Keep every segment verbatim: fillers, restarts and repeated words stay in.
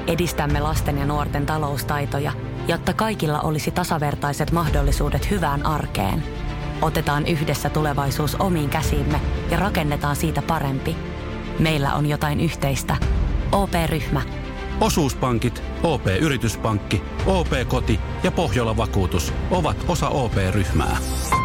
edistämme lasten ja nuorten taloustaitoja, jotta kaikilla olisi tasavertaiset mahdollisuudet hyvään arkeen. Otetaan yhdessä tulevaisuus omiin käsiimme ja rakennetaan siitä parempi. Meillä on jotain yhteistä. O P-ryhmä. Osuuspankit, O P-yrityspankki, O P-koti ja Pohjola-vakuutus ovat osa O P-ryhmää.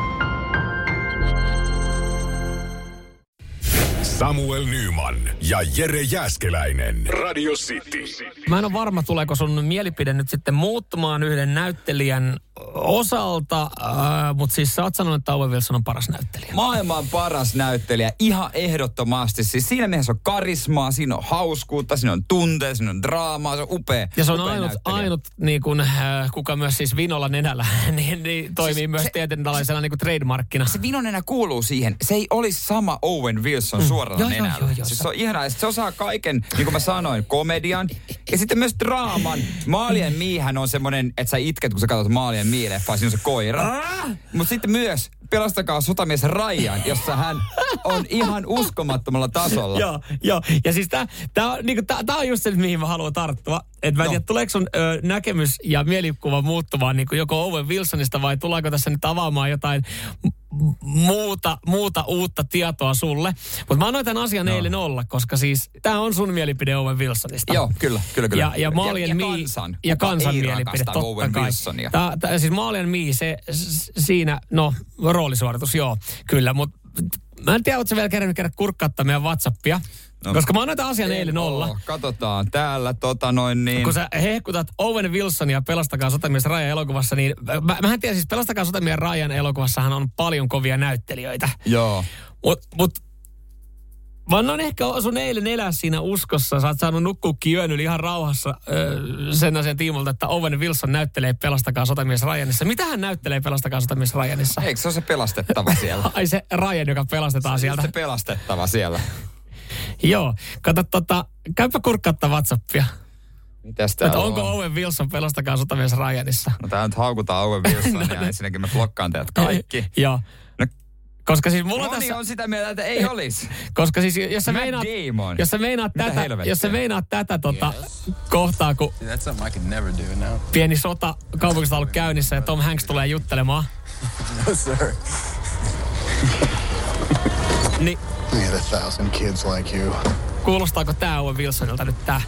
Samuel Nyman ja Jere Jääskeläinen. Radio City. Mä en ole varma, tuleeko sun mielipide nyt sitten muuttumaan yhden näyttelijän osalta, äh, mutta siis sä oot sanonut, että Owen Wilson on paras näyttelijä. Maailman paras näyttelijä, ihan ehdottomasti. Siis siinä mielessä on karismaa, siinä on hauskuutta, siinä on tunteja, siinä on draamaa, se on upea. Ja se on upea ainut, näyttelijä. ainut niin kun, äh, kuka myös siis vinolla nenällä, niin, niin toimii siis myös tietynlaisena niin kuin trademarkkina. Se vinonenä kuuluu siihen. Se ei olisi sama Owen Wilson mm. suorana joo, nenällä. Joo, joo, joo, siis se on ihanaa. Se osaa kaiken, niin kuin mä sanoin, komedian ja sitten myös draaman. Maalien miihän on semmoinen, että sä itket, kun sä katsot Maalien mii-leffaa, siinä on se koira. Mutta sitten myös Pelastakaa sotamies Ryan, jossa hän on ihan uskomattomalla tasolla. Joo, joo. Ja siis tää, tää, on, niinku, tää, tää on just se, mihin mä haluan tarttua. Että mä en no. tiedä, tuleeko sun ö, näkemys ja mielikuva muuttumaan niinku joko Owen Wilsonista vai tuleeko tässä nyt avaamaan jotain muuta, muuta uutta tietoa sulle. Mutta mä annoin tämän asian no. eilen olla, koska siis tää on sun mielipide Owen Wilsonista. Joo, kyllä, kyllä, kyllä. Ja, ja Maalien ja, Mii ja kansan. ja kansan mielipide, totta Owen kai. Wilsonia. Tää, tää, siis Maalien Mii, se s, siinä, no roolisuoritus, joo, kyllä, mutta mä en tiedä, ootko sä vielä kerännyt käydä kurkkaattaa meidän WhatsAppia. No, koska mä annoin tämän asian eilen olla. Katsotaan täällä tota noin niin. Kun sä hehkutat Owen Wilsonia Pelastakaa sotamies Ryan elokuvassa, niin mä, mähän tiedän siis Pelastakaa sotamies Ryan elokuvassahan on paljon kovia näyttelijöitä. Joo. Mut, mut mä annoin ehkä sun eilen elää siinä uskossa. Sä oot saanut nukkuukin yön yli ihan rauhassa öö, sen asian tiimolta, että Owen Wilson näyttelee Pelastakaa sotamies Ryanissa. Mitä hän näyttelee Pelastakaa sotamies Ryanissa? Eikö se ole se pelastettava siellä? Ai se Ryan, joka pelastetaan se sieltä. Se pelastettava siellä. Joo, kato tota, käypä kurkkaattaa WhatsAppia. Mitäs täällä on? Onko Owen Wilson Pelastakaa sotamies Ryanissa? No tää nyt haukutaan Owen Wilsonia ja ensinnäkin mä blokkaan teidät kaikki. Joo. No, koska siis mulla moni tässä on sitä mieltä, että ei olisi. Koska siis jos sä Matt meinaat, Damon. jos sä meinaat Mitä tätä, helvettiä? jos sä meinaat tätä tota kohtaa, kun pieni sota kaupungista on ollut käynnissä ja Tom Hanks tulee juttelemaan. No sir. Niin. We had a thousand kids like you. Kuulostaako tää Owen Wilsonilta nyt tää?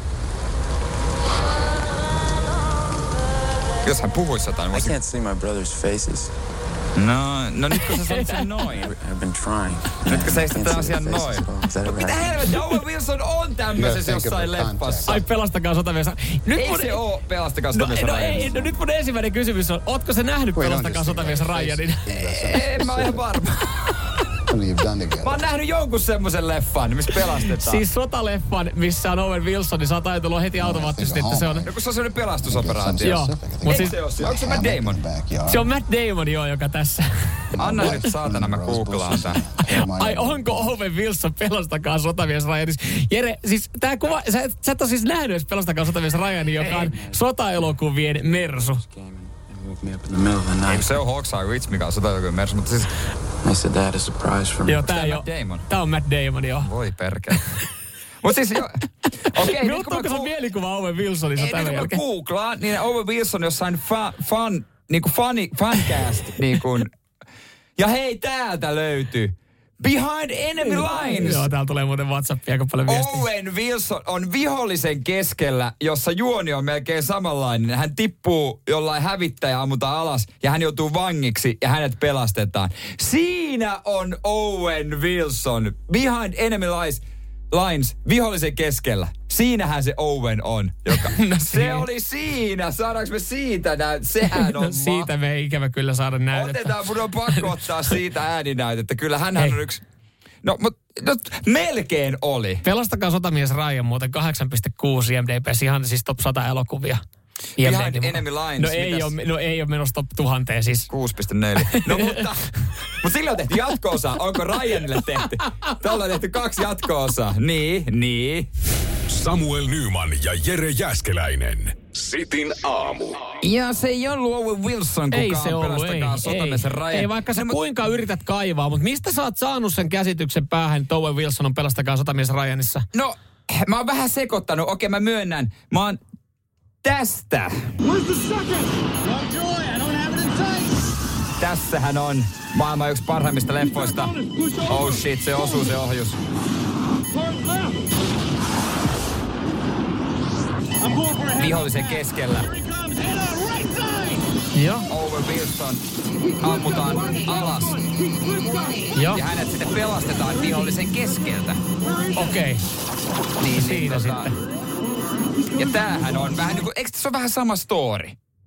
Jos hän puhuisi jotain, I voisi... can't see my brother's faces. No, no nyt kun sä sanot sen noin. I've been trying. Nyt kun sä istät tämän asian noin. No mitä helvettiä, Owen Wilson on tämmöisessä jossain leffassa. Ai Pelastakaa sotamies. Nyt Eikö mun... se oo Pelastakaa sotamies no, no, Ryan? ei, no nyt mun ensimmäinen kysymys on, ootko sä nähnyt Pelastakaa sotamies Ryanin? En mä ole ihan varma. Mä oon nähnyt jonkun semmoisen leffan, missä pelastetaan. Siis sotaleffan, missä on Owen Wilson, niin sä oot ajatellut heti automaattisesti, että se on... No kun se on semmoinen pelastusoperaatio. Joo. Mut siis, se ole? Onko se Matt Damon? Se on Matt Damon, joo, joka tässä. Anna nyt saatana, mä googlaan tän. Ai onko Owen Wilson Pelastakaa sotamies Ryanissa? Jere, siis tää kuva, sä, sä et ole siis nähnyt edes Pelastakaa sotamies Ryanin, joka on sotaelokuvien mersu. Eikö se on Hawkseye Ridge, mikä on sotaelokuvien mersu, mutta siis... I said that a surprise for me. Joo, tää, jo, tää on Matt Damon, joo. Voi perkele. Mut siis jo... Okei, okay, muuttuuko sun mielikuva Owen Wilsonissa tämän jälkeen? Ei, nyt kun mä googlaan, niin Owen Wilson jossain fa, fan, niinku funny, fancast, niinku... Ja hei, täältä löytyy. Behind Enemy Lines. Joo, täällä tulee muuten WhatsAppia aika paljon viestiä. Owen Wilson on vihollisen keskellä, jossa juoni on melkein samanlainen. Hän tippuu jollain hävittäjä ammutaan alas ja hän joutuu vangiksi ja hänet pelastetaan. Siinä on Owen Wilson. Behind Enemy Lines. Lines, vihollisen keskellä. Siinähän se Owen on. Joka, no se siinä. Oli siinä. Saadaanko me siitä näyt? Sehän on no, siitä me ei ikävä kyllä saada näytettä. Otetaan, mun on pakko ottaa siitä ääninäytettä. Kyllä hänhän on yksi... No, mutta no, melkein oli. Pelastakaa sotamies Ryan muuten kahdeksan pilkku kuusi I M D B, ihan siis top sata elokuvia. Behind Enemy Lines. No ei, ole, no ei ole menossa top tuhanteen siis. kuusi pilkku neljä. No mutta, mutta sillä on tehty jatko-osa. Onko Ryanille tehty? Tällä on tehty kaksi jatko-osaa. Niin, niin. Samuel Nyman ja Jere Jääskeläinen. Sitin aamu. Ja se ei ollut Owen Wilson, kukaan ei se ollut, ei, ei. ei, vaikka sä kuinka yrität kaivaa, mutta mistä sä oot saanut sen käsityksen päähän, että Owen Wilson on Pelastakaa sotamies Ryanissa? No, mä oon vähän sekoittanut. Okei, mä myönnän. Mä oon tästä. Tässähän on maailman yksi parhaimmista leffoista. Oh shit, se osuu se ohjus. Vihollisen keskellä. Joo. Owen Wilson ammutaan alas. Joo. Ja hänet sitten pelastetaan vihollisen keskeltä. Okei. Niin, niin, siinä tota, sitten. Ja tämähän on vähän niin kuin, eikö tässä ole vähän sama story?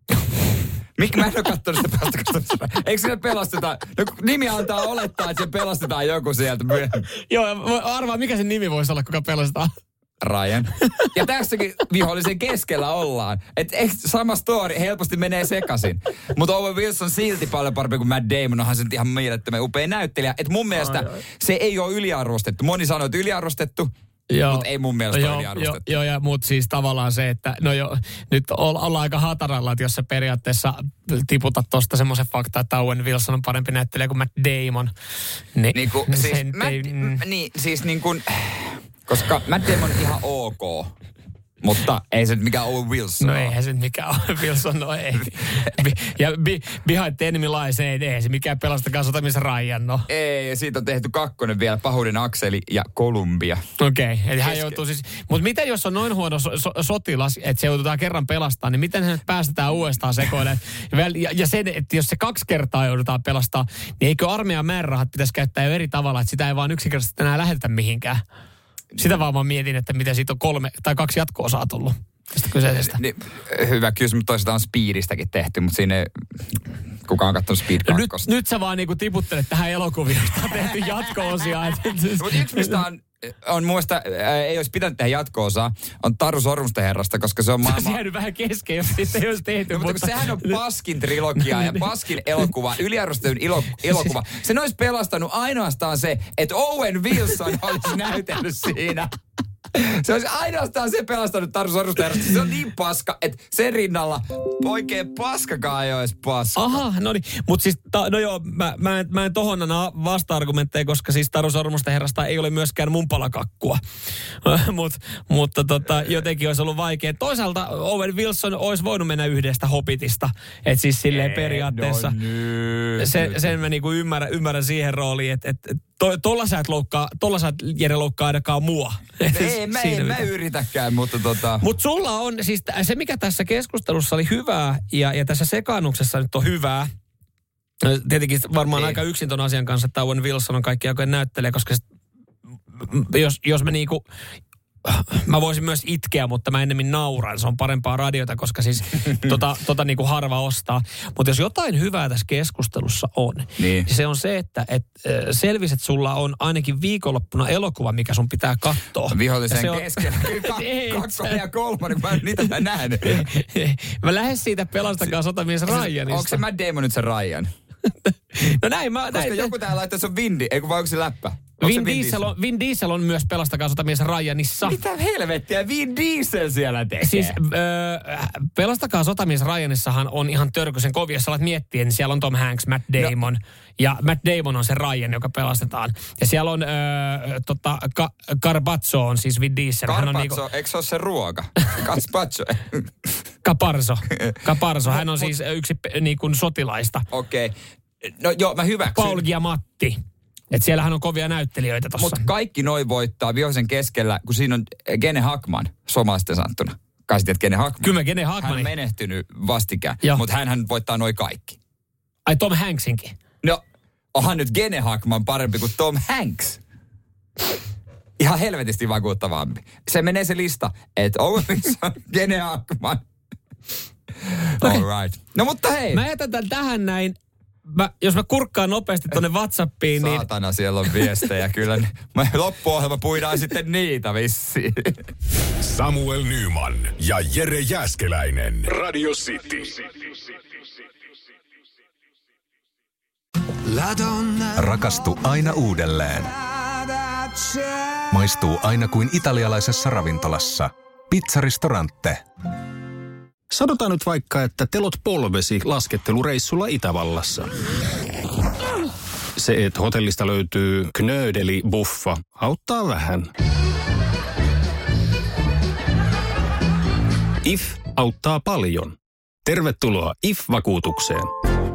Miksi mä en ole katsonut sitä päästä? Eikö siinä pelasteta? No, nimi antaa olettaa, että se pelastetaan joku sieltä myöhemmin. Joo, arvaa mikä sen nimi voisi olla, kuka pelastetaan. Ryan. Ja tässäkin vihollisen keskellä ollaan. Että sama story helposti menee sekaisin. Mutta Owen Wilson silti paljon parempi kuin Matt Damon. Onhan se nyt ihan mielettömän upea näyttelijä. Että mun mielestä ai, ai. se ei ole yliarvostettu. Moni sanoo, että yliarvostettu. Mutta ei mun mielestä joo, ole yliarvostettu. Joo, joo, mutta siis tavallaan se, että no jo, nyt ollaan aika hataralla, että jos sä periaatteessa tiputat tosta semmoisen fakta, että Owen Wilson on parempi näyttelijä kuin Matt Damon. Niin, niin, kuin, siis, Matt, ei, mm. niin siis niin kuin, koska Matt Damon on ihan ok. Mutta ei se nyt mikään Owen Wilson No ole. eihän se nyt mikään Owen Wilson no ei. Ja be, Behind the Enemy Lines ei, ei se mikään pelastakaan sotamisen Ryan no. Ei, ja siitä on tehty kakkonen vielä, Pahuuden Akseli ja Columbia. Okei, okay, eli hän joutuu siis, mutta miten jos on noin huono so, so, sotilas, että se joudutaan kerran pelastamaan, niin miten se nyt päästetään uudestaan sekoilemaan? Ja, ja sen, että jos se kaksi kertaa joudutaan pelastamaan, niin eikö armeijan määrärahat pitäisi käyttää jo eri tavalla, että sitä ei vaan yksinkertaisesti enää lähetetä mihinkään? Sitä vaan mä mietin, että miten siitä on kolme tai kaksi jatko-osaa tullut tästä kyseisestä. Niin, hyvä kysymys. Toisaalta on Speedistäkin tehty, mutta siinä ei kukaan on katsonut Speed kakkosta. Nyt, nyt sä vaan niinku tiputtelet tähän elokuviin, josta on tehty jatko-osia. Mutta yksi mistä on, on muista, ei olisi pitänyt tehdä jatko-osaa, on Taru Sormusten herrasta, koska se on maailman... Se on jäänyt vähän kesken, jos siitä ei olisi tehty. No, mutta, mutta sehän on paskin trilogia ja paskin elokuva, yliarvostetun ilo, elokuva. Sen olisi pelastanut ainoastaan se, että Owen Wilson olisi näytellyt siinä. Se olisi ainoastaan se pelastanut Taru Sormusten herrasta. Se on niin paska, että sen rinnalla oikein paskakaan ei olisi paska. Aha, no niin. Mutta siis, ta, no joo, mä, mä, en, mä en tohon anna vasta-argumentteja, koska siis Taru Sormusten herrasta ei ole myöskään mun palakakkua. Mut, mutta tota, jotenkin olisi ollut vaikea. Toisaalta Owen Wilson olisi voinut mennä yhdestä Hobbitista. Että siis silleen ei, periaatteessa. No nyt, se, nyt. Sen mä niinku ymmärrän, ymmärrän siihen rooliin, että et, to, tolla sä et loukkaa, tolla sä et Jere loukkaa ainakaan mua. Ei, mä, en, mä yritäkään, mutta tota... Mutta sulla on, siis se mikä tässä keskustelussa oli hyvää ja, ja tässä sekaannuksessa nyt on hyvää. Tietenkin varmaan ei. Aika yksin ton asian kanssa, että Owen Wilson on kaikki aikojen näyttelee, koska sit, jos, jos me niinku... Mä voisin myös itkeä, mutta mä ennemmin nauran. Se on parempaa radiota, koska siis tota, tota niinku harva ostaa. Mutta jos jotain hyvää tässä keskustelussa on, niin, niin se on se, että et, selvisi, että sulla on ainakin viikonloppuna elokuva, mikä sun pitää katsoa. Vihollisen on... keskellä. Kakkonen ja kolmonen, mä niitä mä näen. Mä lähden siitä Pelastakaa sotamies Ryanista. Onko se Matt Damon nyt se Ryan? No näin mä... Koska näin, joku täällä laittaa, että se on Vindi, eikö vai onko se läppä? Vin, Vin, Diesel on, Vin Diesel on myös Pelastakaa sotamies Ryanissa. Mitä helvettiä Vin Diesel siellä tekee? Siis öö, Pelastakaa sotamies Ryanissahan on ihan törkysen kovia. Jos sä alat miettiä, niin siellä on Tom Hanks, Matt Damon. No. Ja Matt Damon on se Ryan, joka pelastetaan. Ja siellä on öö, tota, Ka- Carpaccio on siis Vin Diesel. Carpaccio, niinku... eikö se ole se ruoka? Carpaccio. Caparzo. Caparzo, hän on siis yksi niin kuin sotilaista. Okei. Okay. No joo, mä hyväksyn. Paul Giamatti. Että siellähän on kovia näyttelijöitä tossa. Mutta kaikki noi voittaa vihollisen keskellä, kun siinä on Gene Hackman, suomalaisten sanottuna. Kai sä tiedät Gene Hackman. Kyllä Gene Hackman. Hän on menehtynyt vastikään, mutta hänhän voittaa noi kaikki. Ai Tom Hanksinkin? No, onhan nyt Gene Hackman parempi kuin Tom Hanks. Ihan helvetisti vakuuttavampi. Se menee se lista, että Owen Wilson, Gene Hackman. All right. No mutta hei. Mä jätän tämän tähän näin. Mä, jos mä kurkkaan nopeasti tonne WhatsAppiin, niin... Saatana, siellä on viestejä kyllä. Mä loppuohjelma puidaan sitten niitä vissiin. Samuel Nyman ja Jere Jääskeläinen. Radio City. Rakastu aina uudelleen. Maistuu aina kuin italialaisessa ravintolassa. Pizzaristorante. Sanotaan nyt vaikka, että telot polvesi laskettelureissulla Itävallassa. Se, että hotellista löytyy knöydeli-buffa, auttaa vähän. I F auttaa paljon. Tervetuloa I F-vakuutukseen.